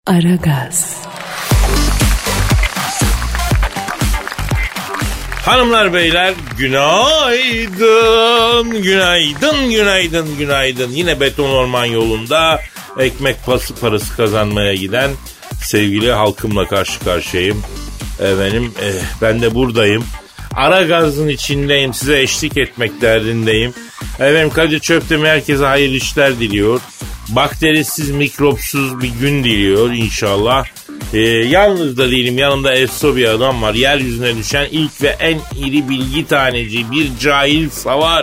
Aragaz. Hanımlar beyler günaydın, günaydın, günaydın, günaydın. Yine beton orman yolunda ekmek parası kazanmaya giden sevgili halkımla karşı karşıyayım. Efendim ben de buradayım. Aragaz'ın içindeyim, size eşlik etmek derdindeyim. Efendim Kadir Çöptemir herkese hayırlı işler diliyor. Bakterisiz, mikropsuz bir gün diliyor inşallah. Yalnız da değilim, yanımda efso bir adam var. Yeryüzüne düşen ilk ve en iri bilgi taneci bir cahil savar.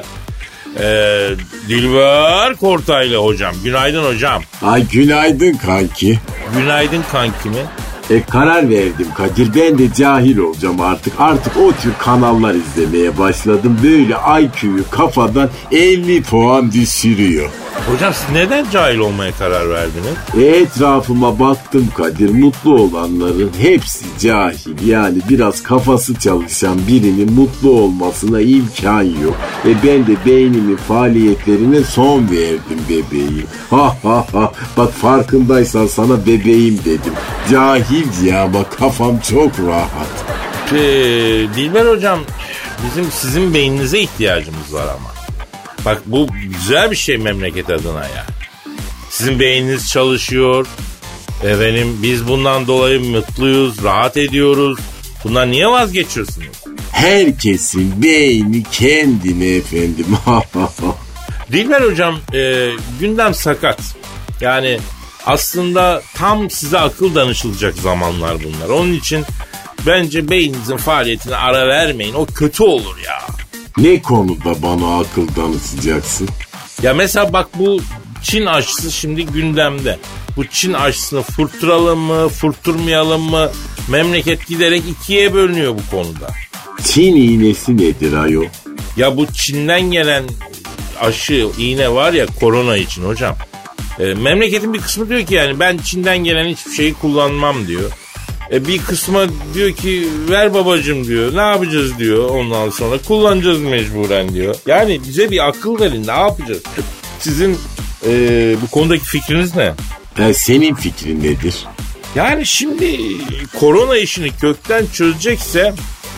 Dilber Kortaylı hocam. Günaydın hocam. Ay günaydın kanki. Günaydın kanki mi? Karar verdim Kadir, ben de cahil olacağım artık. Artık o tür kanallar izlemeye başladım. Böyle IQ'yu kafadan 50 puan düşürüyor. Hocam siz neden cahil olmaya karar verdiniz? Etrafıma baktım Kadir, mutlu olanların hepsi cahil. Yani biraz kafası çalışan birinin mutlu olmasına imkan yok. Ben de beynimin faaliyetlerine son verdim bebeğim. Ha ha ha, bak farkındaysan sana bebeğim dedim. Cahil ya, ama kafam çok rahat. Dilber hocam, bizim sizin beyninize ihtiyacımız var ama. Bak bu güzel bir şey memleket adına ya. Sizin beyniniz çalışıyor. Efendim biz bundan dolayı mutluyuz, rahat ediyoruz. Bundan niye vazgeçiyorsunuz? Herkesin beyni kendine efendim. Dilber hocam gündem sakat. Yani aslında tam size akıl danışılacak zamanlar bunlar. Onun için bence beyninizin faaliyetine ara vermeyin. O kötü olur ya. Ne konuda bana akıl danışacaksın? Ya mesela bak bu Çin aşısı şimdi gündemde. Bu Çin aşısını furtturalım mı, furtturmayalım mı? Memleket giderek ikiye bölünüyor bu konuda. Çin iğnesi nedir ayol? Ya bu Çin'den gelen aşı, iğne var ya korona için hocam. Memleketin bir kısmı diyor ki yani ben Çin'den gelen hiçbir şeyi kullanmam diyor. Bir kısmı diyor ki ver babacım diyor. Ne yapacağız diyor ondan sonra. Kullanacağız mecburen diyor. Yani bize bir akıl verin, ne yapacağız? Sizin bu konudaki fikriniz ne? Senin fikrin nedir? Yani şimdi korona işini kökten çözecekse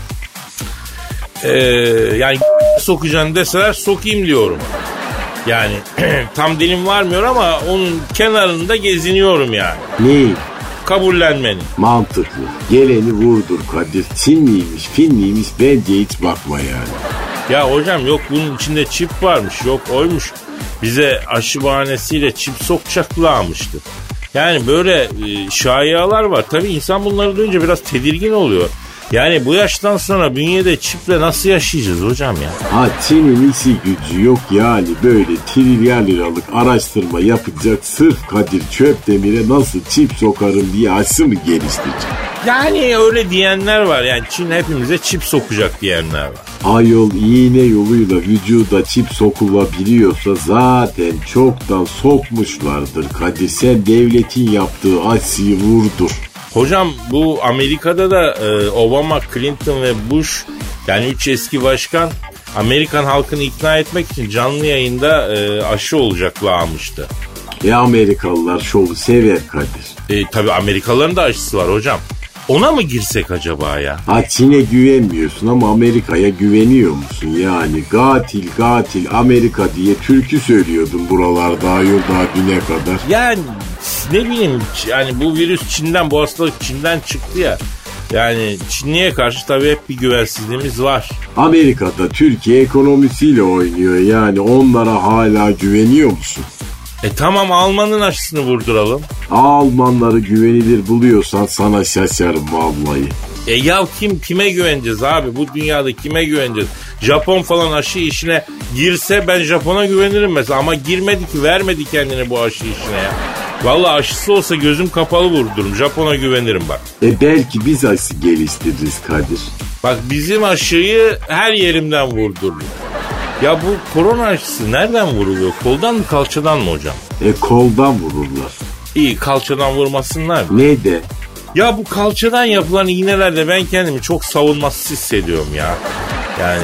yani sokacaksın deseler sokayım diyorum. Yani tam dilim varmıyor ama onun kenarında geziniyorum yani. Ne? Kabullenmeni. Mantıklı. Geleni vurdur Kadir. Çinliymiş, Finliymiş, bence hiç bakma yani. Ya hocam yok bunun içinde çip varmış, yok oymuş. Bize aşı bahanesiyle çip sokacaklarmıştı. Yani böyle şayialar var. Tabii insan bunları duyunca biraz tedirgin oluyor. Yani bu yaştan sonra bünyede çiple nasıl yaşayacağız hocam ya? Çin'in işi gücü yok yani, böyle trilyar liralık araştırma yapacak, sırf Kadir Çöpdemir'e nasıl çip sokarım diye aşı mı geliştirecek? Yani öyle diyenler var, yani Çin hepimize çip sokacak diyenler var. Ayol, iğne yoluyla vücuda çip sokulabiliyorsa zaten çoktan sokmuşlardır Kadir. Sen devletin yaptığı aşıyı vurdur. Hocam bu Amerika'da da Obama, Clinton ve Bush, yani 3 eski başkan Amerikan halkını ikna etmek için canlı yayında aşı olacaklarmıştı. Amerikalılar şovu sever Kadir. Tabii Amerikalıların da aşısı var hocam. Ona mı girsek acaba ya? Çin'e güvenmiyorsun ama Amerika'ya güveniyor musun? Yani gatil Amerika diye türkü söylüyordun buralarda ayol daha düne kadar. Yani ne bileyim, yani bu virüs Çin'den, bu hastalık Çin'den çıktı ya. Yani Çinli'ye karşı tabii hep bir güvensizliğimiz var. Amerika'da Türkiye ekonomisiyle oynuyor, yani onlara hala güveniyor musun? Tamam, Alman'ın aşısını vurduralım. Almanları güvenilir buluyorsan sana şaşarım vallahi. Ya kime güveneceğiz abi? Bu dünyada kime güveneceğiz? Japon falan aşı işine girse ben Japon'a güvenirim mesela. Ama girmedi ki, vermedi kendini bu aşı işine ya. Vallahi aşısı olsa gözüm kapalı vurdururum. Japon'a güvenirim bak. Belki biz aşı geliştiririz Kadir. Bak bizim aşıyı her yerimden vurdururum. Ya bu korona aşısı nereden vuruluyor? Koldan mı, kalçadan mı hocam? Koldan vururlar. İyi, kalçadan vurmasınlar. Ne de? Ya bu kalçadan yapılan iğnelerde ben kendimi çok savunmasız hissediyorum ya. Yani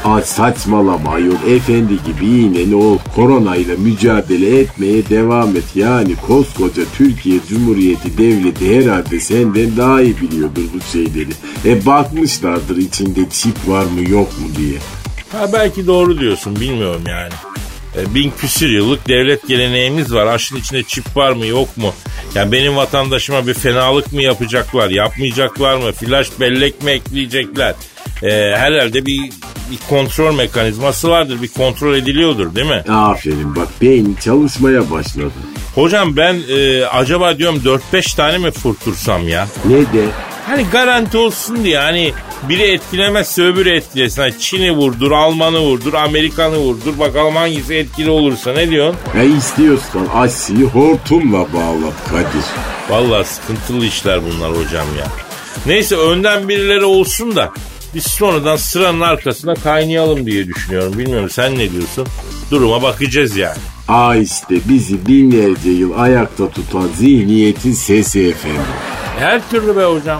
Ay saçmalama ayol, efendi gibi iğneni ol, koronayla mücadele etmeye devam et. Yani koskoca Türkiye Cumhuriyeti Devleti herhalde senden daha iyi biliyordur bu şeyleri. Bakmışlardır içinde çip var mı yok mu diye. Ha belki doğru diyorsun, bilmiyorum yani. 1000 küsür yıllık devlet geleneğimiz var. Aşın içinde çip var mı yok mu? Yani benim vatandaşıma bir fenalık mı yapacaklar, yapmayacaklar mı? Flash bellek mi ekleyecekler? Herhalde bir kontrol mekanizması vardır. Bir kontrol ediliyordur değil mi? Aferin bak, beyin çalışmaya başladı. Hocam ben acaba diyorum 4-5 tane mi fırtırsam ya? Ne de? Hani garanti olsun diye, hani biri etkilemezse öbürü etkilesin. Hani Çin'i vurdur, Alman'ı vurdur, Amerikan'ı vurdur. Bakalım hangisi etkili olursa, ne diyorsun? İstiyorsan Asya'yı hortumla bağlat Kadir. Vallahi sıkıntılı işler bunlar hocam ya. Neyse, önden birileri olsun da biz sonradan sıranın arkasına kaynayalım diye düşünüyorum. Bilmiyorum, sen ne diyorsun? Duruma bakacağız yani. İşte bizi binlerce yıl ayakta tutan zihniyetin sesi efendim. Her türlü be hocam.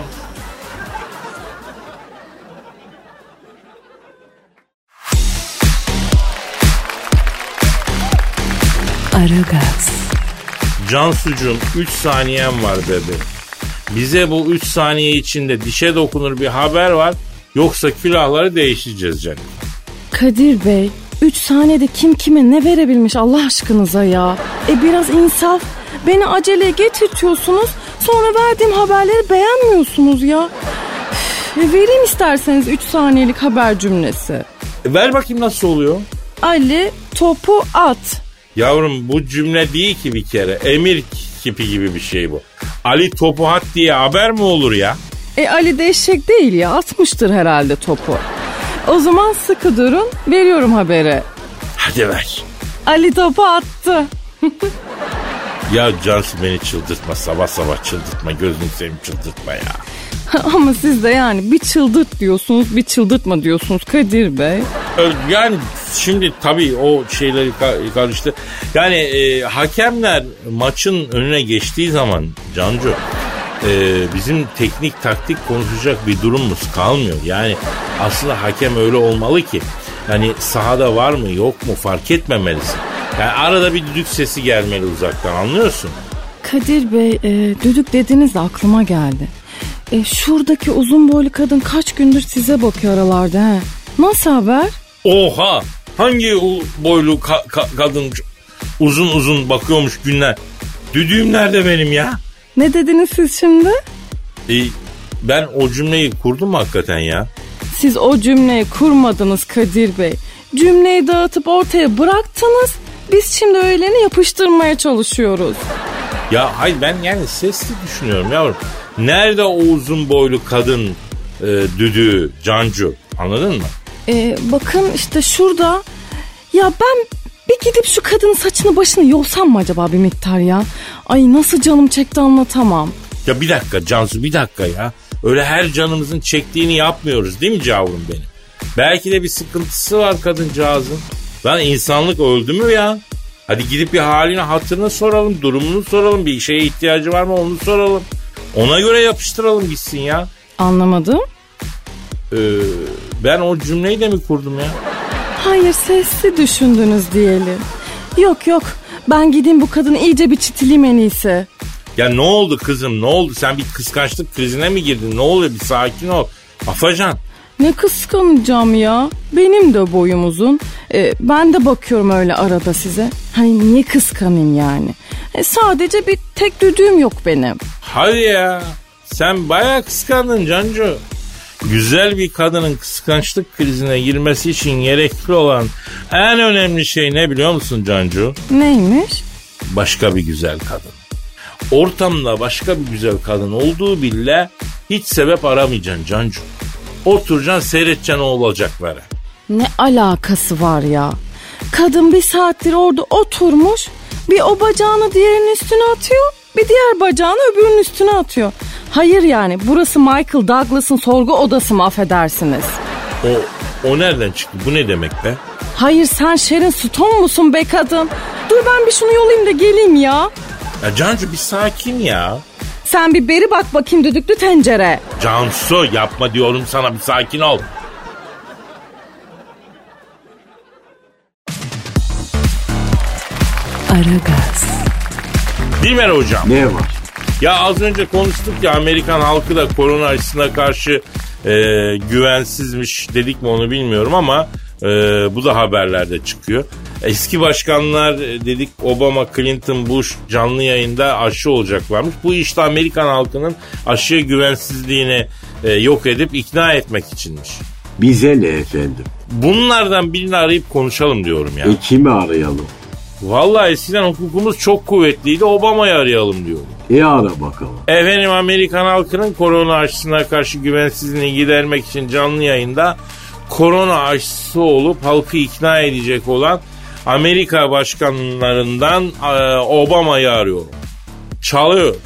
Aragaz. Cansucuğum 3 saniyen var bebeğim. Bize bu 3 saniye içinde dişe dokunur bir haber var, yoksa külahları değiştireceğiz canım. Kadir Bey, 3 saniyede kim kime ne verebilmiş Allah aşkınıza ya. Biraz insaf. Beni aceleye getirtiyorsunuz, sonra verdiğim haberleri beğenmiyorsunuz ya. Vereyim isterseniz 3 saniyelik haber cümlesi. Ver bakayım nasıl oluyor? Ali topu at. Yavrum bu cümle değil ki bir kere. Emir kipi gibi bir şey bu. Ali topu at diye haber mi olur ya? Ali de eşek değil ya, atmıştır herhalde topu. O zaman sıkı durun, veriyorum haberi. Hadi ver. Ali topu attı. Ya Cansu beni çıldırtma, sabah sabah çıldırtma, gözünü seveyim çıldırtma ya. Ama siz de yani bir çıldırt diyorsunuz, bir çıldırtma diyorsunuz Kadir Bey. Yani şimdi tabii o şeyleri karıştı. Yani hakemler maçın önüne geçtiği zaman Cancu, bizim teknik taktik konuşacak bir durumumuz kalmıyor. Yani aslında hakem öyle olmalı ki, yani sahada var mı yok mu fark etmemelisin. Yani arada bir düdük sesi gelmeli uzaktan, anlıyorsun? Kadir Bey, düdük dediğiniz de aklıma geldi. Şuradaki uzun boylu kadın kaç gündür size bakıyor aralarda he. Nasıl haber? Oha! Hangi boylu kadın uzun uzun bakıyormuş günler? Düdüğüm nerede benim ya? Ne dediniz siz şimdi? Ben o cümleyi kurdum mu hakikaten ya? Siz o cümleyi kurmadınız Kadir Bey. Cümleyi dağıtıp ortaya bıraktınız. Biz şimdi öğleni yapıştırmaya çalışıyoruz. Ya hayır, ben yani sesli düşünüyorum yavrum. Nerede o uzun boylu kadın düdüğü Cancu, anladın mı? Bakın işte şurada. Ya ben bir gidip şu kadının saçını başını yolsam mı acaba bir miktar ya? Ay nasıl canım çekti anlatamam. Ya bir dakika Cansu, bir dakika ya. Öyle her canımızın çektiğini yapmıyoruz değil mi cavrum benim? Belki de bir sıkıntısı var kadıncağızın. Lan insanlık öldü mü ya? Hadi gidip bir halini hatırını soralım, durumunu soralım, bir şeye ihtiyacı var mı onu soralım. Ona göre yapıştıralım gitsin ya. Anlamadım. Ben o cümleyi de mi kurdum ya? Hayır, sesli düşündünüz diyelim. Yok ben gideyim bu kadını iyice bir çitileyim en iyisi. Ya ne oldu kızım, ne oldu? Sen bir kıskançlık krizine mi girdin? Ne oluyor, bir sakin ol. Afacan. Ne kıskanacağım ya? Benim de boyum uzun. Ben de bakıyorum öyle arada size. Hani niye kıskanayım yani? Sadece bir tek düdüğüm yok benim. Hadi ya. Sen bayağı kıskandın Cancu. Güzel bir kadının kıskançlık krizine girmesi için gerekli olan en önemli şey ne biliyor musun Cancu? Neymiş? Başka bir güzel kadın. Ortamda başka bir güzel kadın olduğu bile hiç sebep aramayacaksın Cancu. Oturacaksın, seyredeceksin o olacakları. Ne alakası var ya? Kadın bir saattir orada oturmuş, bir o bacağını diğerinin üstüne atıyor, bir diğer bacağını öbürünün üstüne atıyor. Hayır yani burası Michael Douglas'ın sorgu odası mı affedersiniz? O nereden çıktı? Bu ne demek be? Hayır, sen Sharon Stone musun be kadın? Dur ben bir şunu yolayım da geleyim ya. Ya Cancu bir sakin ya. Sen bir beri bak bakayım düdüklü tencere. Cansu yapma diyorum sana, bir sakin ol. Aragaz. Dilber hocam. Ne var? Ya az önce konuştuk ya, Amerikan halkı da korona aşısına karşı güvensizmiş dedik mi onu bilmiyorum ama bu da haberlerde çıkıyor. Eski başkanlar dedik, Obama, Clinton, Bush canlı yayında aşı olacaklarmış. Bu işte Amerikan halkının aşıya güvensizliğini yok edip ikna etmek içinmiş. Bize ne efendim? Bunlardan birini arayıp konuşalım diyorum ya. Kimi arayalım? Vallahi eskiden hukukumuz çok kuvvetliydi, Obama'yı arayalım diyorum. Ara bakalım. Efendim, Amerikan halkının korona aşısına karşı güvensizliğini gidermek için canlı yayında korona aşısı olup halkı ikna edecek olan Amerika başkanlarından Obama'yı arıyorum. Çalıyor.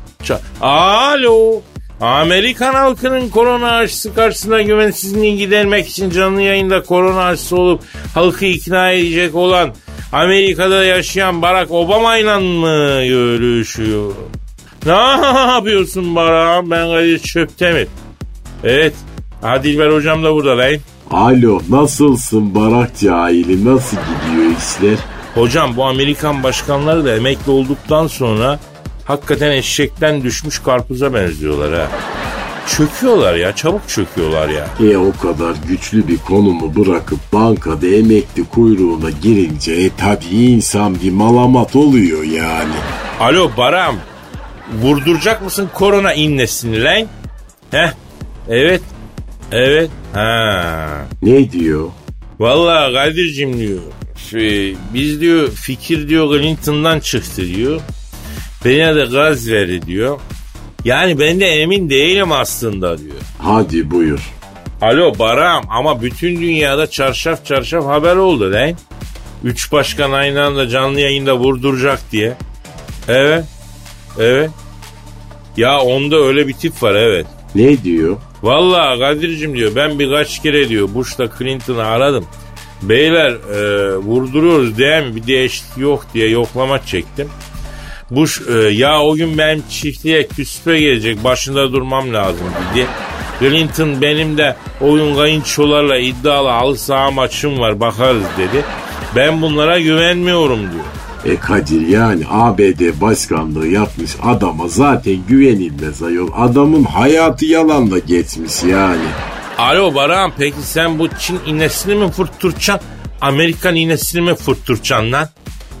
Alo. Amerikan halkının korona aşısı karşısında güvensizliğini gidermek için canlı yayında korona aşısı olup halkı ikna edecek olan Amerika'da yaşayan Barack Obama'yla mı görüşüyor? Ne yapıyorsun Barack? Ben Kadir Çöptemir. Evet. Dilber hocam da burada lan. Alo, nasılsın Barak cahili? Nasıl gidiyor işler? Hocam, bu Amerikan başkanları da emekli olduktan sonra hakikaten eşekten düşmüş karpuza benziyorlar ha. Çöküyorlar ya, çabuk çöküyorlar ya. O kadar güçlü bir konumu bırakıp bankada emekli kuyruğuna girince tabii insan bir malamat oluyor yani. Alo Baram, vurduracak mısın korona innesini lan? Heh, evet, evet, ha. Ne diyor? Vallahi Kadir'cim diyor, biz diyor fikir diyor Clinton'dan çıktı diyor. Bana de gaz verdi diyor. Yani ben de emin değilim aslında diyor. Hadi buyur. Alo Baram, ama bütün dünyada çarşaf çarşaf haber oldu lan. 3 başkan aynı anda canlı yayında vurduracak diye. Evet. Evet. Ya onda öyle bir tip var, evet. Ne diyor? Vallahi Kadir'cim diyor, ben birkaç kere diyor Bush'la Clinton'ı aradım. Beyler vurduruyoruz değil mi? Bir değişiklik yok diye yoklama çektim. Bush ya o gün benim çiftliğe küspe gelecek, başında durmam lazım dedi. Clinton benim de o gün kayınçolarla iddialı halı saha maçım var, bakarız dedi. Ben bunlara güvenmiyorum diyor. Kadir, yani ABD başkanlığı yapmış adama zaten güvenilmez ayol. Adamın hayatı yalanla geçmiş yani. Alo Baran, peki sen bu Çin iğnesini mi fırtıracaksın, Amerikan iğnesini mi fırtıracaksın lan?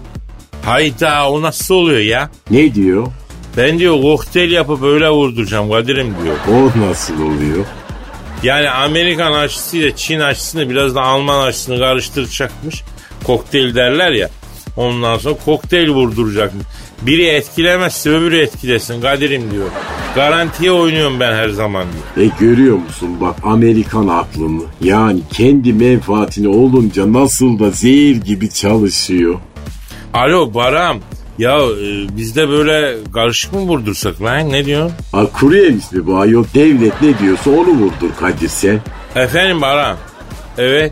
Hayda, o nasıl oluyor ya? Ne diyor? Ben diyor kokteyl yapıp öyle vurduracağım Kadir'im diyor. O nasıl oluyor? Yani Amerikan aşısıyla Çin aşısını biraz da Alman aşısını karıştıracakmış. Kokteyl derler ya. Ondan sonra kokteyl vurduracakmış. Biri etkilemezse öbürü etkilesin Kadir'im diyor. Garantiye oynuyorum ben her zaman diyor. Görüyor musun bak Amerikan aklını? Yani kendi menfaatine olunca nasıl da zehir gibi çalışıyor. Alo Baram, ya bizde böyle karışık mı vurdursak lan, ne diyorsun? Kuru yemiş mi bu ayol? Devlet ne diyorsa onu vurdur Kadir sen. Efendim Baram? Evet.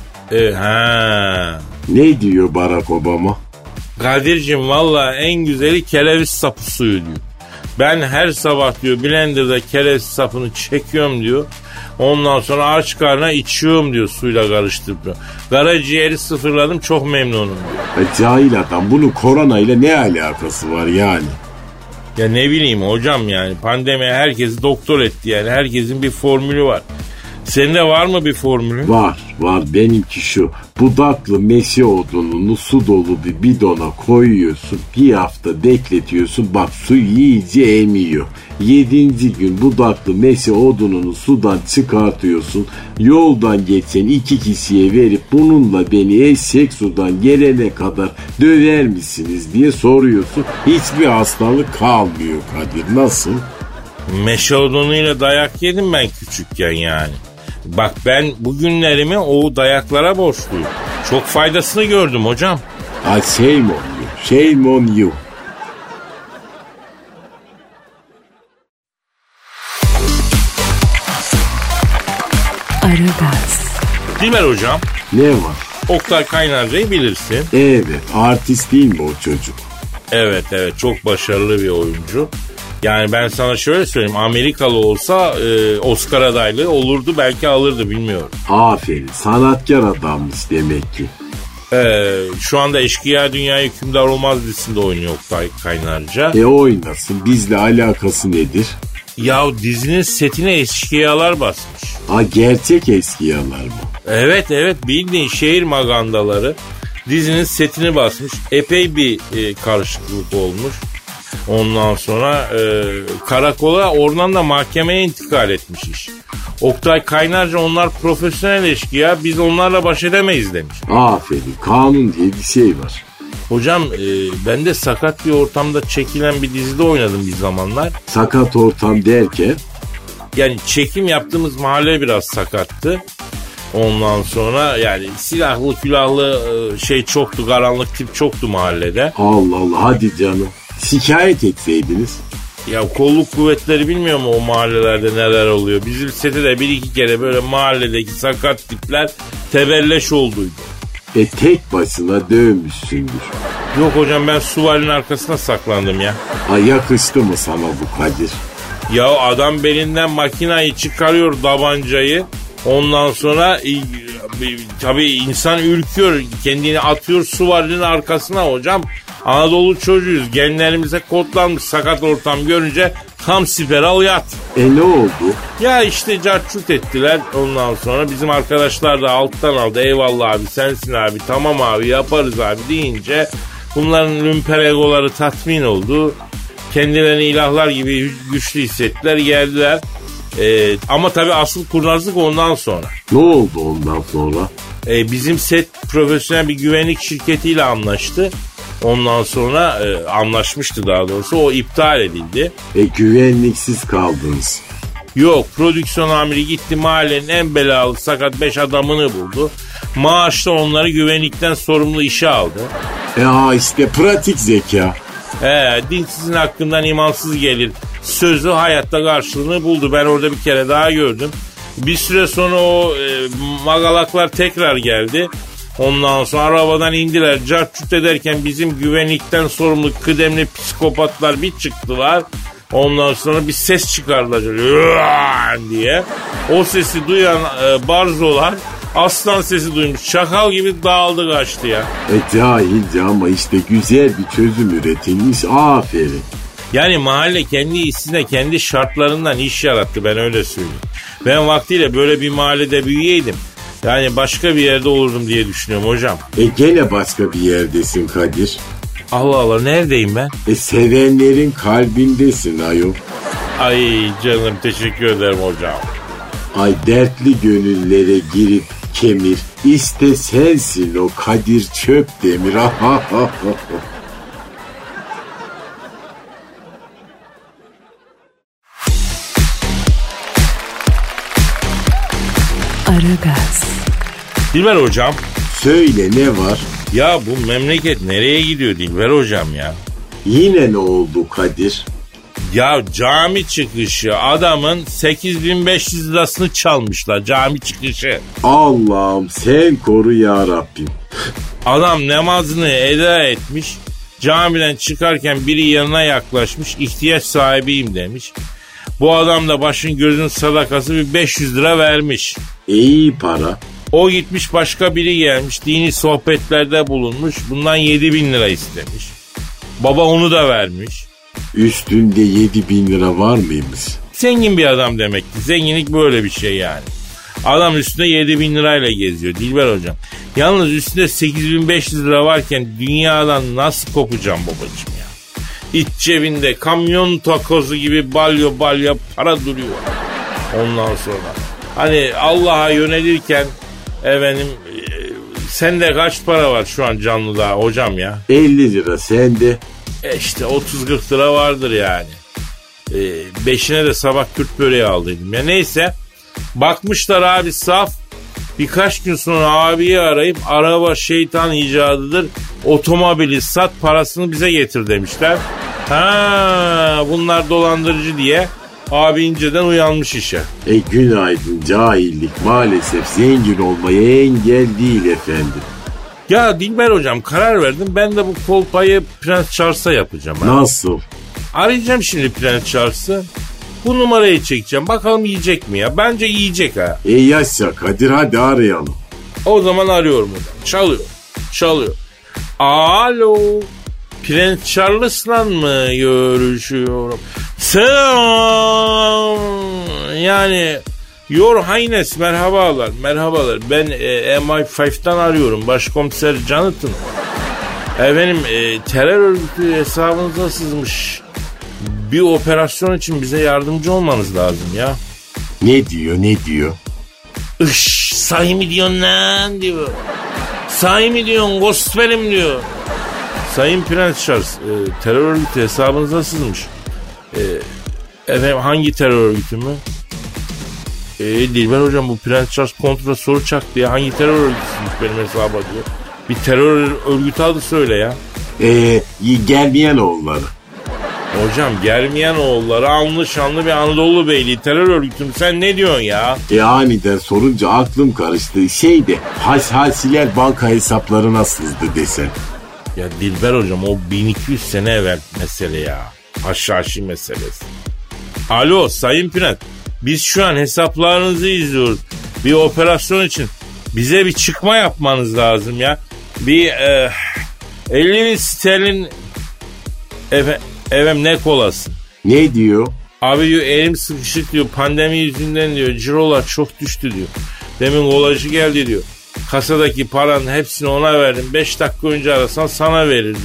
Ha. Ne diyor Barack Obama? Kadir'cim valla en güzeli kereviz sapı suyu diyor. Ben her sabah diyor blenderda kereviz sapını çekiyorum diyor. Ondan sonra aç karnına içiyorum diyor, suyla karıştırıp diyor. Karaciğeri sıfırladım, çok memnunum diyor. Cahil adam, bunun koronayla ne alakası var yani? Ya ne bileyim hocam, yani pandemi herkesi doktor etti, yani herkesin bir formülü var. Sende var mı bir formülü? Var. Benimki şu: budaklı meşe odununu su dolu bir bidona koyuyorsun, bir hafta bekletiyorsun, bak su iyice emiyor. 7. gün budaklı meşe odununu sudan çıkartıyorsun, yoldan geçen 2 kişiye verip bununla beni eşek sudan gelene kadar döver misiniz diye soruyorsun. Hiçbir hastalık kalmıyor Kadir. Nasıl? Meşe odunuyla dayak yedim ben küçükken yani. Bak ben bugünlerimi o dayaklara borçluyum. Çok faydasını gördüm hocam. Shame on you. Shame on you. Aragaz. Dilber hocam. Ne var? Oktay Kaynarca'yı bilirsin. Evet, artist değil mi o çocuk? Evet, çok başarılı bir oyuncu. Yani ben sana şöyle söyleyeyim, Amerikalı olsa Oscar adaylığı olurdu, belki alırdı, bilmiyorum. Aferin, sanatkar adammış demek ki. Şu anda Eşkıya Dünyaya Hükümdar Olmaz dizisinde oynuyor Oktay Kaynarca. Oynasın. Bizle alakası nedir? Ya dizinin setine eşkıyalar basmış. Gerçek eskiyalar mı? Evet bildiğin şehir magandaları dizinin setini basmış. Epey bir karışıklık olmuş. Ondan sonra karakola, oradan da mahkemeye intikal etmiş iş. Oktay Kaynarca onlar profesyonel eşkıya, biz onlarla baş edemeyiz demiş. Aferin, kanun diye bir şey var. Hocam ben de sakat bir ortamda çekilen bir dizide oynadım bir zamanlar. Sakat ortam derken? Yani çekim yaptığımız mahalle biraz sakattı. Ondan sonra yani silahlı külahlı şey çoktu, karanlık tip çoktu mahallede. Allah Allah, hadi canım. Şikayet etseydiniz. Ya kolluk kuvvetleri bilmiyor mu o mahallelerde neler oluyor? Bizim sete de bir iki kere böyle mahalledeki sakat tipler tebelleş olduydu. Tek başına dövmüşsündür. Yok hocam, ben suvalin arkasına saklandım ya. Yakıştı mı sana bu Kadir? Ya adam belinden makinayı çıkarıyor, tabancayı. Ondan sonra tabii insan ürküyor, kendini atıyor suvalinin arkasına hocam. Anadolu çocuğuyuz, genlerimize kodlanmış, sakat ortam görünce tam siper al yat. Ne oldu? Ya işte carçurt ettiler, ondan sonra bizim arkadaşlar da alttan aldı, eyvallah abi sensin abi, tamam abi yaparız abi deyince bunların lümper egoları tatmin oldu. Kendilerini ilahlar gibi güçlü hissettiler, geldiler. Ama tabii asıl kurnazlık ondan sonra. Ne oldu ondan sonra? Bizim set profesyonel bir güvenlik şirketiyle anlaştı. Ondan sonra anlaşmıştı daha doğrusu, o iptal edildi. Güvenliksiz kaldınız. Yok, prodüksiyon amiri gitti mahallenin en belalı sakat 5 adamını buldu. Maaşla onları güvenlikten sorumlu işe aldı. İşte pratik zeka. Dinsizin hakkından imansız gelir sözü hayatta karşılığını buldu. Ben orada bir kere daha gördüm. Bir süre sonra o magalaklar tekrar geldi. Ondan sonra arabadan indiler. Carçurt ederken bizim güvenlikten sorumlu kıdemli psikopatlar bir çıktılar. Ondan sonra bir ses çıkardılar diye. O sesi duyan barzolar aslan sesi duymuş. Çakal gibi dağıldı kaçtı ya. Cahilce ama işte güzel bir çözüm üretilmiş. Aferin. Yani mahalle kendi işsine, kendi şartlarından iş yarattı, ben öyle söyleyeyim. Ben vaktiyle böyle bir mahallede büyüyeydim. Yani başka bir yerde olurdum diye düşünüyorum hocam. Gene başka bir yerdesin Kadir. Allah Allah, neredeyim ben? Sevenlerin kalbindesin ayol. Ay canım, teşekkür ederim hocam. Ay dertli gönüllere girip kemir. İşte sensin o Kadir Çöpdemir. Aragaz. Dilber hocam. Söyle, ne var? Ya bu memleket nereye gidiyor Dilber hocam ya? Yine ne oldu Kadir? Ya cami çıkışı adamın 8.500 lirasını çalmışlar, cami çıkışı. Allah'ım sen koru ya Rabbim. Adam namazını eda etmiş. Camiden çıkarken biri yanına yaklaşmış, ihtiyaç sahibiyim demiş. Bu adam da başın gözün sadakası bir 500 lira vermiş. İyi para. O gitmiş, başka biri gelmiş, dini sohbetlerde bulunmuş, bundan 7.000 lira istemiş. Baba onu da vermiş. Üstünde 7.000 lira var mıymış? Zengin bir adam demek ki. Zenginlik böyle bir şey yani. Adam üstünde 7.000 lirayla geziyor Dilber hocam. Yalnız üstünde 8.500 lira varken dünyadan nasıl kopacağım babacığım ya? İç cebinde kamyon takozu gibi balyo para duruyor. Ondan sonra hani Allah'a yönelirken efendim sende kaç para var şu an canlıda hocam ya? 50 lira sende. İşte 30-40 lira vardır yani. Beşine de sabah Kürt böreği aldıydım. Ya neyse, bakmışlar abi saf. Birkaç gün sonra abiyi arayıp araba şeytan icadıdır, otomobili sat, parasını bize getir demişler. Bunlar dolandırıcı diye abi inceden uyanmış işe. Günaydın, cahillik maalesef zengin olmaya engel değil efendim. Ya Dilber hocam, karar verdim, ben de bu kolpayı Prens Charles'a yapacağım. Nasıl? Arayacağım şimdi Prens Charles'ı. Bu numarayı çekeceğim. Bakalım yiyecek mi ya? Bence yiyecek ha. Yaşa Kadir, hadi arayalım. O zaman arıyorum hocam. Çalıyor. çalıyor. Alo. Prens Charles'la mı görüşüyorum? Selam. Yani Your Highness merhabalar. Ben MI5'ten arıyorum. Başkomiser Jonathan. Efendim terör örgütü hesabınıza sızmış. Bir operasyon için bize yardımcı olmanız lazım ya. Ne diyor? Sahi mi diyorsun lan diyor. Sahi mi diyorsun gospel'im diyor. Sayın Prens Charles terör örgütü hesabınıza sızmış. Efendim hangi terör örgütü mü? Dilber hocam bu Prens Charles kontra soru çaktı ya. Hangi terör örgütüymüş benim hesaba diyor. Bir terör örgütü adı söyle ya. Germiyanoğulları. Hocam Germiyanoğulları anlı şanlı bir Anadolu Beyliği terör örgütü mü? Sen ne diyorsun ya? Aniden sorunca aklım karıştı. Hasiler banka hesaplarına sızdı desen. Ya Dilber hocam o 1200 sene evvel mesele ya. Haşhaşi meselesi. Alo Sayın Prens. Biz şu an hesaplarınızı izliyoruz. Bir operasyon için bize bir çıkma yapmanız lazım ya. Bir 50.000 sterlin efendim ne kolası? Ne diyor? Abi diyor elim sıkışık diyor. Pandemi yüzünden diyor. Cirolar çok düştü diyor. Demin kolacı geldi diyor. Kasadaki paranın hepsini ona verdim. 5 dakika önce arasan sana verirdim.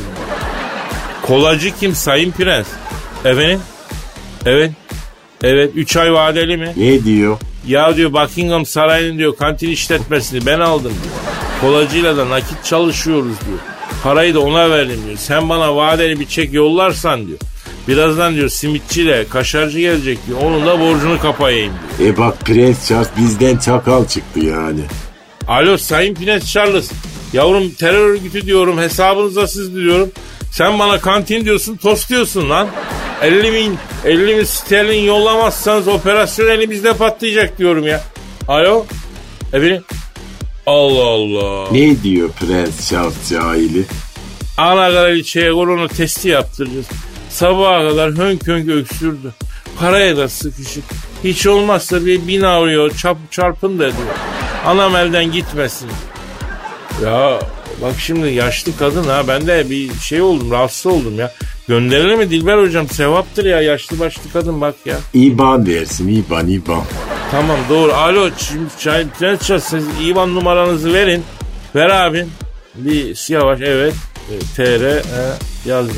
Kolacı kim Sayın Prens? Efendim? Evet. 3 ay vadeli mi? Ne diyor? Ya diyor Buckingham Sarayı'nın diyor kantin işletmesini ben aldım diyor. Kolacıyla da nakit çalışıyoruz diyor. Parayı da ona verdim diyor. Sen bana vadeli bir çek yollarsan diyor. Birazdan diyor simitçiyle kaşarcı gelecek diyor. Onun da borcunu kapayayım diyor. Bak Prens Charles bizden çakal çıktı yani. Alo Sayın Prens Charles. Yavrum terör örgütü diyorum hesabınıza siz diyorum. Sen bana kantin diyorsun tost diyorsun lan. 50.000 sterlin yollamazsanız operasyon elimizde patlayacak diyorum ya. Alo? Efendim? Allah Allah. Ne diyor Prens Charles cahili? Ana kraliçeye korona testi yaptıracağız. Sabaha kadar hönk öksürdü. Paraya da sıkışık. Hiç olmazsa bir 1000 avro çarpın da diyor. Anam elden gitmesin. Ya bak şimdi yaşlı kadın ha ben de bir şey oldum rahatsız oldum ya. Gönderelim mi Dilber hocam sevaptır ya yaşlı başlı kadın bak ya. İban versin İban. Tamam doğru alo şimdi Prens Charles siz İban numaranızı verin. Ver abim. Bir yavaş evet. TR yazdım.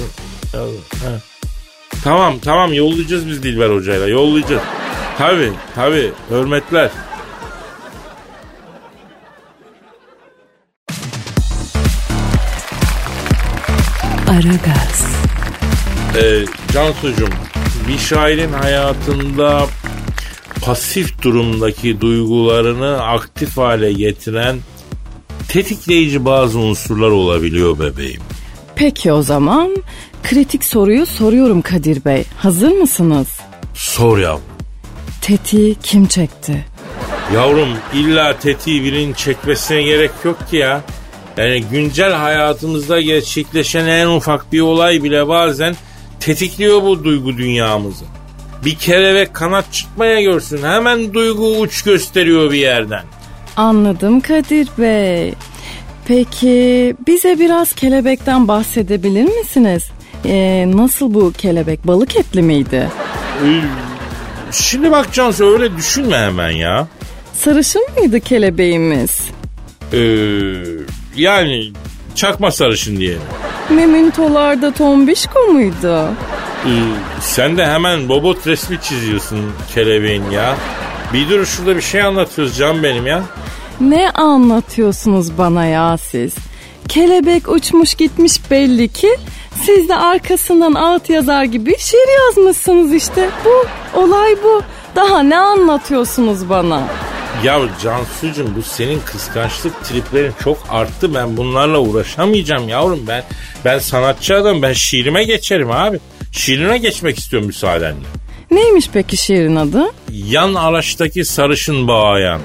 Tamam yollayacağız biz Dilber hocayla yollayacağız. Tabii hürmetler. Aragaz. Cansucuğum bir şairin hayatında pasif durumdaki duygularını aktif hale getiren tetikleyici bazı unsurlar olabiliyor bebeğim. Peki o zaman kritik soruyu soruyorum Kadir Bey. Hazır mısınız? Sor yavrum. Tetiği kim çekti? Yavrum illa tetiği birinin çekmesine gerek yok ki ya. Yani güncel hayatımızda gerçekleşen en ufak bir olay bile bazen tetikliyor bu duygu dünyamızı. Bir kelebek kanat çıkmaya görsün hemen duygu uç gösteriyor bir yerden. Anladım Kadir Bey. Peki bize biraz kelebekten bahsedebilir misiniz? Nasıl bu kelebek? Balık etli miydi? Şimdi bak Cansu öyle düşünme hemen ya. Sarışın mıydı kelebeğimiz? Yani çakma sarışın diyelim. Mementolarda tombişko muydu? Sen de hemen bobot resmi çiziyorsun kelebeğin ya. Bir dur şurada bir şey anlatıyoruz canım benim ya. Ne anlatıyorsunuz bana ya siz? Kelebek uçmuş gitmiş belli ki. Siz de arkasından alt yazar gibi şiir yazmışsınız işte. Bu olay bu. Daha ne anlatıyorsunuz bana? Ya Cansucuğum bu senin kıskançlık triplerin çok arttı. Ben bunlarla uğraşamayacağım yavrum. Ben sanatçı adam ben şiirime geçerim abi. Şiirine geçmek istiyorum müsaadenle. Neymiş peki şiirin adı? Yan araçtaki sarışın bağayan.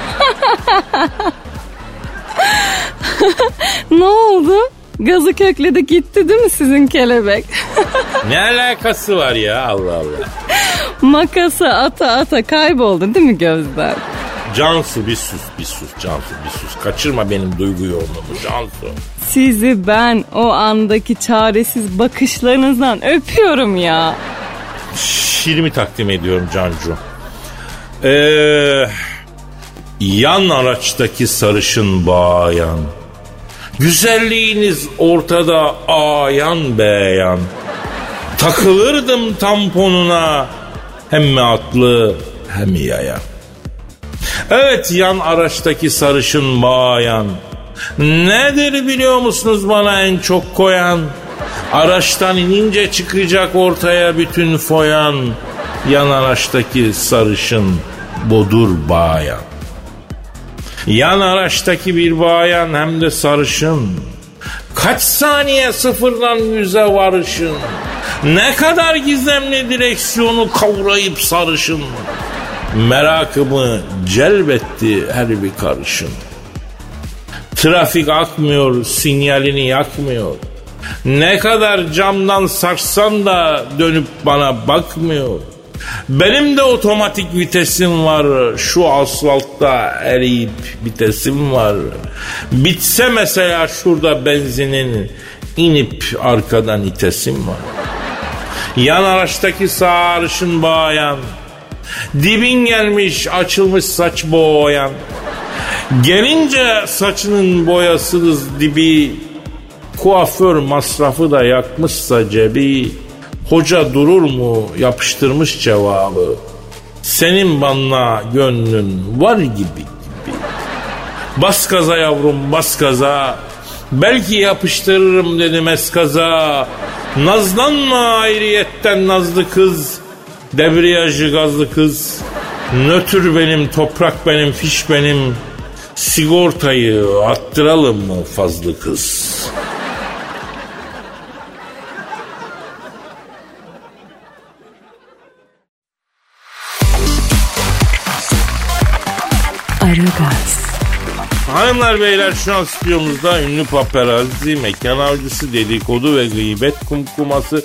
Ne oldu? Gazı kökledi gitti değil mi sizin kelebek? Ne alakası var ya Allah Allah. Makası ata kayboldu değil mi gözden? Cansu bir sus Cansu bir sus. Kaçırma benim duygu yoğunluğumu Cansu. Sizi ben o andaki çaresiz bakışlarınızdan öpüyorum ya. Şiirimi takdim ediyorum Cancu. Yan araçtaki sarışın bayan, güzelliğiniz ortada ayan beyan. Takılırdım tamponuna, hem atlı hem yayan. Evet yan araçtaki sarışın bayan, nedir biliyor musunuz bana en çok koyan? Araçtan inince çıkacak ortaya bütün foyan. Yan araçtaki sarışın budur bayan. Yan araçtaki bir bayan hem de sarışın. Kaç saniye sıfırdan 100'e varışın. Ne kadar gizemli direksiyonu kavrayıp sarışın. Merakımı celbetti her bir karışın. Trafik akmıyor, sinyalini yakmıyor. Ne kadar camdan saçsan da dönüp bana bakmıyor. Benim de otomatik vitesim var. Şu asfaltta eriyip vitesim var. Bitse mesela şurada benzinin, inip arkadan itesim var. Yan araçtaki sarışın bayan, dibin gelmiş açılmış saç boyan. Gelince saçının boyasız dibi, kuaför masrafı da yakmışsa cebi. Hoca durur mu yapıştırmış cevabı. Senin bana gönlün var gibi. Bas gaza yavrum bas gaza. Belki yapıştırırım dedim eskaza. Nazlanma ayrıyetten nazlı kız. Debriyajı gazlı kız. Nötr benim, toprak benim, fiş benim. Sigortayı attıralım mı fazlı kız? Aragaz. Hanımlar beyler şu an stüdyomuzda ünlü paparazzi, mekan avcısı, dedikodu ve gıybet kumkuması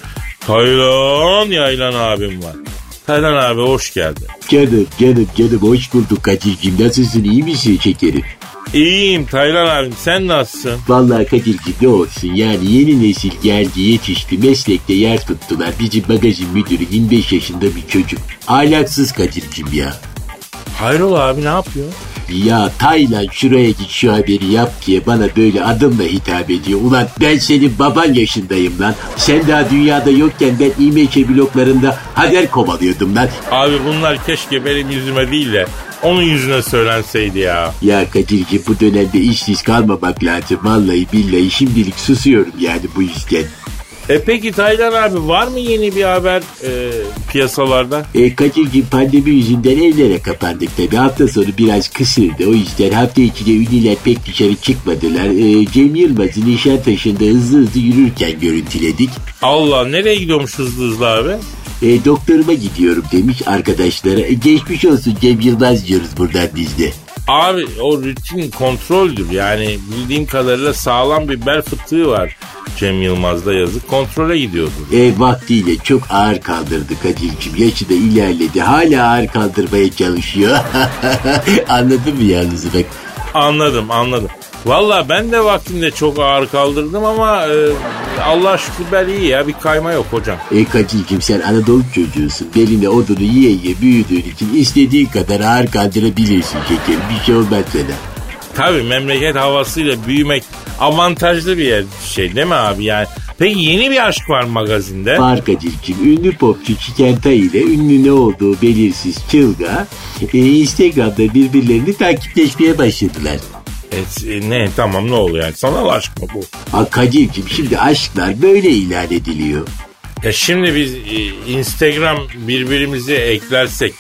Taylan Yaylan abim var. Taylan abi hoş geldin. Canım hoş bulduk Kadir'cim. Nasılsın, iyi misin şekerim? İyiyim Taylan abim, sen nasılsın? Vallahi Kadir'cim ne olsun yani, yeni nesil geldi yetişti, meslekte yer tuttular. Bizim magazin müdürü 25 yaşında bir çocuk. Ahlaksız Kadir'cim ya. Hayrola abi ne yapıyor? Ya Taylan şuraya git şu haberi yap diye bana böyle adımla hitap ediyor. Ulan ben senin baban yaşındayım lan. Sen daha dünyada yokken ben İMÇ bloklarında haber kovalıyordum lan. Abi bunlar keşke benim yüzüme değil de onun yüzüne söylenseydi ya. Ya Kadir'ciğim bu dönemde işsiz kalmamak lazım. Vallahi billahi şimdilik susuyorum yani bu yüzden. Peki Taylan abi var mı yeni bir haber piyasalarda? Kadir'ciğim pandemi yüzünden evlere kapandık tabii. Hafta sonu biraz kısırdı. O yüzden hafta içinde ünlüler pek dışarı çıkmadılar. Cem Yılmaz'ı Nişantaşı'nda hızlı yürürken görüntüledik. Allah, nereye gidiyormuş hızlı abi? Doktoruma gidiyorum demiş arkadaşlara. Geçmiş olsun Cem Yılmaz diyoruz buradan biz de. Abi o rutin kontroldür. Yani bildiğim kadarıyla sağlam bir bel fıtığı var Cem Yılmaz'da, yazık. Kontrole gidiyordu. Vaktiyle çok ağır kaldırdı Kadir'cim. Yaşı da ilerledi. Hala ağır kaldırmaya çalışıyor. Anladın mı yalnız bak? Anladım. Valla ben de vaktinde çok ağır kaldırdım ama Allah şükür bel iyi ya, bir kayma yok hocam. Kadir'cim sen Anadolu çocuğusun. Beline odunu yiye büyüdüğün için istediğin kadar ağır kaldırabilirsin şekerim. Bir şey olmaz sana. Tabii memleket havasıyla büyümek avantajlı bir şey değil mi abi yani? Peki yeni bir aşk var magazinde. Var Kadir'cim. Ünlü popçu Çikenta ile ünlü ne olduğu belirsiz Çılga Instagram'da birbirlerini takipleşmeye başladılar. Ne tamam, ne oluyor yani, sanal aşk mı bu? Kadir'cim şimdi aşklar böyle ilan ediliyor. Ya şimdi biz Instagram birbirimizi eklersek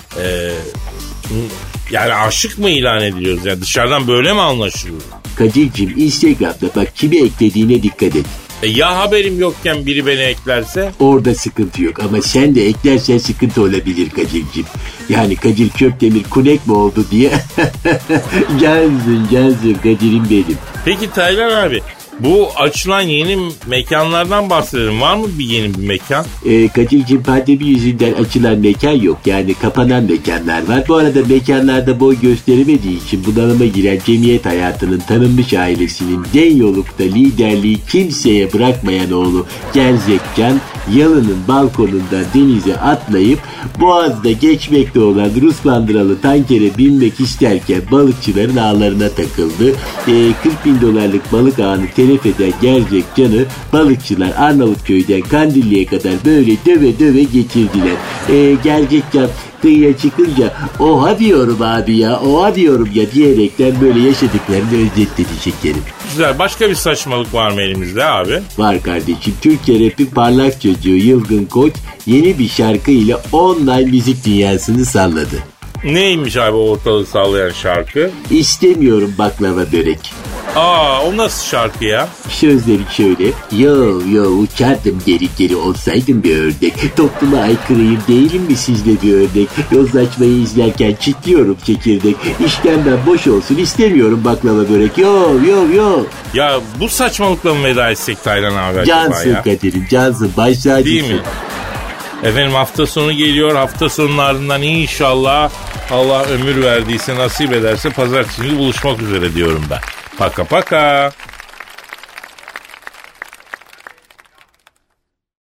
yani aşık mı ilan ediyoruz ya, dışarıdan böyle mi anlaşılıyor? Kadir'cim Instagram'da bak kimi eklediğine dikkat et. Ya haberim yokken biri beni eklerse? Orada sıkıntı yok ama sen de eklersen sıkıntı olabilir Kadir'cim. Yani Kadir Kökdemir kunek mi oldu diye. Cansın Kadir'im benim. Peki Taylan abi, Bu açılan yeni mekanlardan bahsedelim. Var mı yeni bir mekan? Kadir'cim pandemi yüzünden açılan mekan yok. Yani kapanan mekanlar var. Bu arada mekanlarda boy gösteremediği için bunalıma giren cemiyet hayatının tanınmış ailesinin Denyoluk'ta liderliği kimseye bırakmayan oğlu Gerzekcan, Yalı'nın balkonundan denize atlayıp Boğaz'da geçmekte olan Rus bandıralı tankere binmek isterken balıkçıların ağlarına takıldı. 40 bin dolarlık balık ağını telef eden Gerzekcan'ı balıkçılar Arnavutköy'den Kandilli'ye kadar böyle döve döve getirdiler. Gerzekcan kıyıya çıkınca oha diyorum abi ya, oha diyorum ya diyerekten böyle yaşadıklarını özetledi şekerim. Güzel. Başka bir saçmalık var mı elimizde abi? Var kardeşim. Türkiye rap'in parlak çocuğu Yılgın Koç yeni bir şarkı ile online müzik dünyasını salladı. Neymiş abi ortalığı sallayan şarkı? İstemiyorum baklava börek. O nasıl şarkı ya? Sözleri şöyle. Yo uçardım geri olsaydım bir ördek. Topluma aykırıyım değilim mi sizle bir ördek? Yozlaşmayı izlerken çitliyorum çekirdek. İşkemben boş olsun istemiyorum baklava börek. Yo. Ya bu saçmalıkla mı veda etsek Taylan abi acaba Cansın ya? Kadir'im cansın başsacısın. Değil mi? Efendim hafta sonu geliyor. Hafta sonunun ardından inşallah Allah ömür verdiyse nasip ederse pazartesi günü buluşmak üzere diyorum ben. Paka paka.